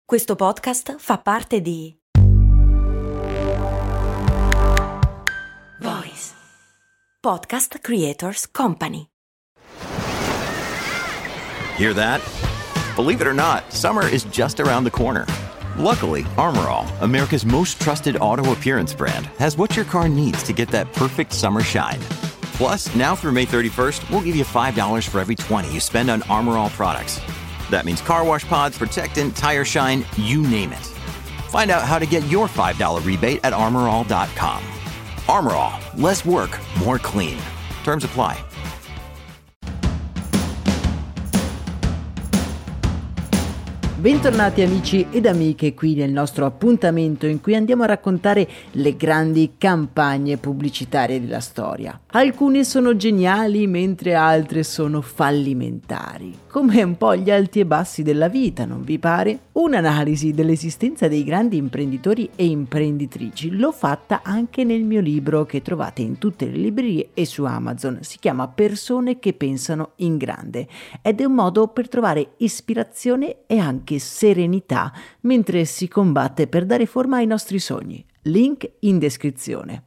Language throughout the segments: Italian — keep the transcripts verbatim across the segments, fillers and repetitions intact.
Questo podcast fa parte di Voice Podcast Creators Company. Hear that? Believe it or not, summer is just around the corner. Luckily, Armor All, America's most trusted auto appearance brand, has what your car needs to get that perfect summer shine. Plus, now through May thirty-first, we'll give you five dollars for every twenty you spend on Armor All products. That means car wash pods, protectant, tire shine, you name it. Find out how to get your five dollars rebate at armor all dot com. Armor All, less work, more clean. Terms apply. Bentornati amici ed amiche qui nel nostro appuntamento in cui andiamo a raccontare le grandi campagne pubblicitarie della storia. Alcune sono geniali mentre altre sono fallimentari, come un po' gli alti e bassi della vita, non vi pare? Un'analisi dell'esistenza dei grandi imprenditori e imprenditrici l'ho fatta anche nel mio libro che trovate in tutte le librerie e su Amazon. Si chiama Persone che pensano in grande ed è un modo per trovare ispirazione e anche serenità mentre si combatte per dare forma ai nostri sogni. Link in descrizione.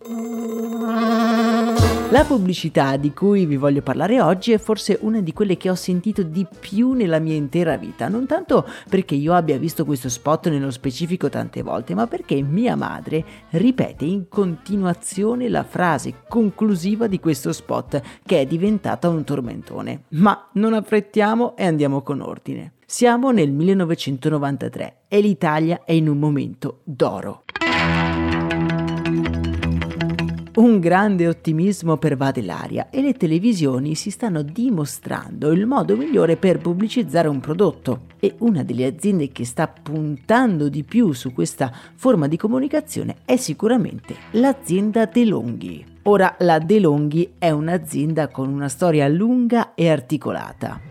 La pubblicità di cui vi voglio parlare oggi è forse una di quelle che ho sentito di più nella mia intera vita, non tanto perché io abbia visto questo spot nello specifico tante volte, ma perché mia madre ripete in continuazione la frase conclusiva di questo spot, che è diventata un tormentone. Ma non affrettiamo e andiamo con ordine. Siamo nel millenovecentonovantatré e l'Italia è in un momento d'oro. Un grande ottimismo pervade l'aria e le televisioni si stanno dimostrando il modo migliore per pubblicizzare un prodotto, e una delle aziende che sta puntando di più su questa forma di comunicazione è sicuramente l'azienda DeLonghi. Ora, la DeLonghi è un'azienda con una storia lunga e articolata.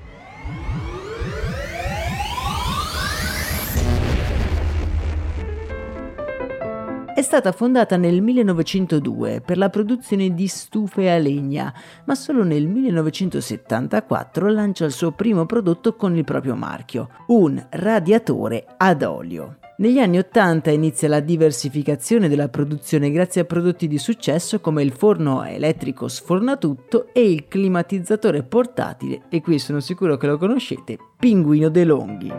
È stata fondata nel millenovecentodue per la produzione di stufe a legna, ma solo nel millenovecentosettantaquattro lancia il suo primo prodotto con il proprio marchio, un radiatore ad olio. Negli anni ottanta inizia la diversificazione della produzione grazie a prodotti di successo come il forno elettrico sfornatutto e il climatizzatore portatile, e qui sono sicuro che lo conoscete, Pinguino DeLonghi.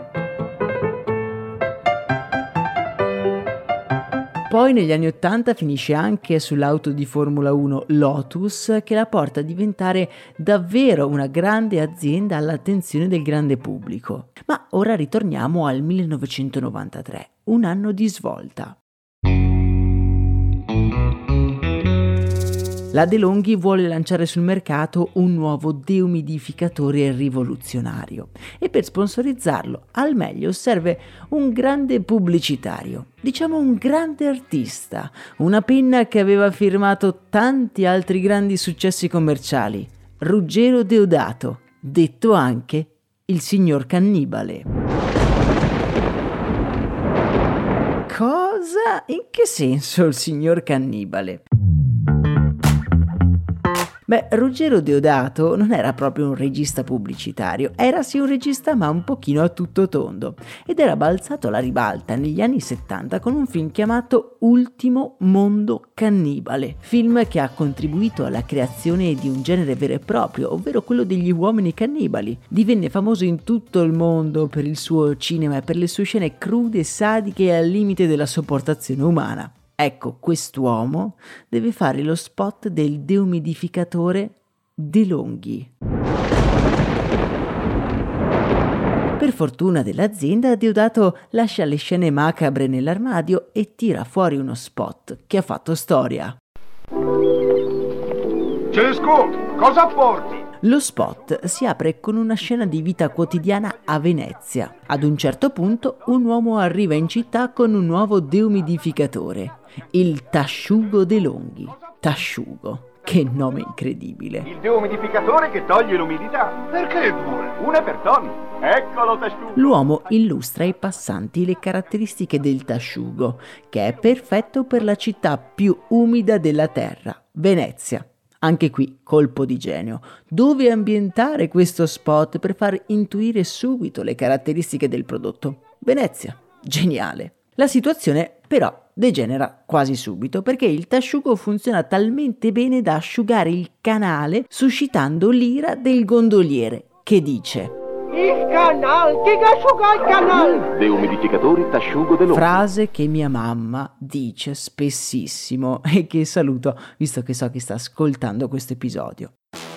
Poi negli anni ottanta finisce anche sull'auto di Formula uno Lotus, che la porta a diventare davvero una grande azienda all'attenzione del grande pubblico. Ma ora ritorniamo al millenovecentonovantatré, un anno di svolta. La DeLonghi vuole lanciare sul mercato un nuovo deumidificatore rivoluzionario e per sponsorizzarlo al meglio serve un grande pubblicitario, diciamo un grande artista, una penna che aveva firmato tanti altri grandi successi commerciali, Ruggero Deodato, detto anche il signor Cannibale. Cosa? In che senso il signor Cannibale? Beh, Ruggero Deodato non era proprio un regista pubblicitario, era sì un regista ma un pochino a tutto tondo, ed era balzato alla ribalta negli anni settanta con un film chiamato Ultimo Mondo Cannibale, film che ha contribuito alla creazione di un genere vero e proprio, ovvero quello degli uomini cannibali. Divenne famoso in tutto il mondo per il suo cinema e per le sue scene crude, sadiche e al limite della sopportazione umana. Ecco, quest'uomo deve fare lo spot del deumidificatore DeLonghi. Per fortuna dell'azienda, Deodato lascia le scene macabre nell'armadio e tira fuori uno spot che ha fatto storia. Cesco, cosa porti? Lo spot si apre con una scena di vita quotidiana a Venezia. Ad un certo punto un uomo arriva in città con un nuovo deumidificatore, il Tasciugo DeLonghi. Tasciugo, che nome incredibile. Il deumidificatore che toglie l'umidità. Perché due? Una per Tony. Eccolo Tasciugo. L'uomo illustra ai passanti le caratteristiche del Tasciugo, che è perfetto per la città più umida della terra, Venezia. Anche qui colpo di genio. Dove ambientare questo spot per far intuire subito le caratteristiche del prodotto? Venezia. Geniale. La situazione però degenera quasi subito perché il tasciugo funziona talmente bene da asciugare il canale, suscitando l'ira del gondoliere che dice: Il canal, che asciuga il canal! Deumidificatori Tasciugo dell'O. Frase che mia mamma dice spessissimo e che saluto visto che so che sta ascoltando questo episodio.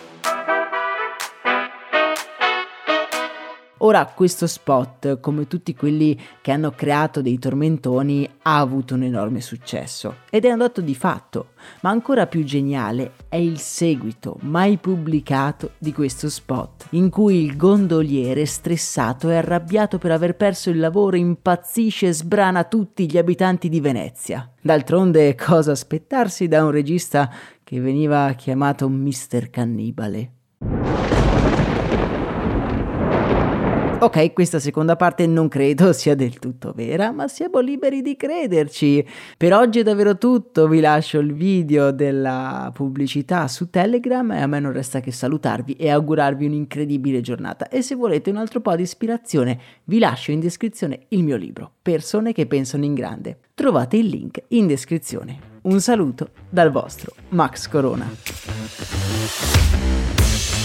Ora, questo spot, come tutti quelli che hanno creato dei tormentoni, ha avuto un enorme successo ed è un dato di fatto, ma ancora più geniale è il seguito mai pubblicato di questo spot, in cui il gondoliere, stressato e arrabbiato per aver perso il lavoro, impazzisce e sbrana tutti gli abitanti di Venezia. D'altronde, cosa aspettarsi da un regista che veniva chiamato mister Cannibale? Ok, questa seconda parte non credo sia del tutto vera, ma siamo liberi di crederci. Per oggi è davvero tutto, vi lascio il video della pubblicità su Telegram e a me non resta che salutarvi e augurarvi un'incredibile giornata. E se volete un altro po' di ispirazione, vi lascio in descrizione il mio libro, Persone che pensano in grande. Trovate il link in descrizione. Un saluto dal vostro Max Corona.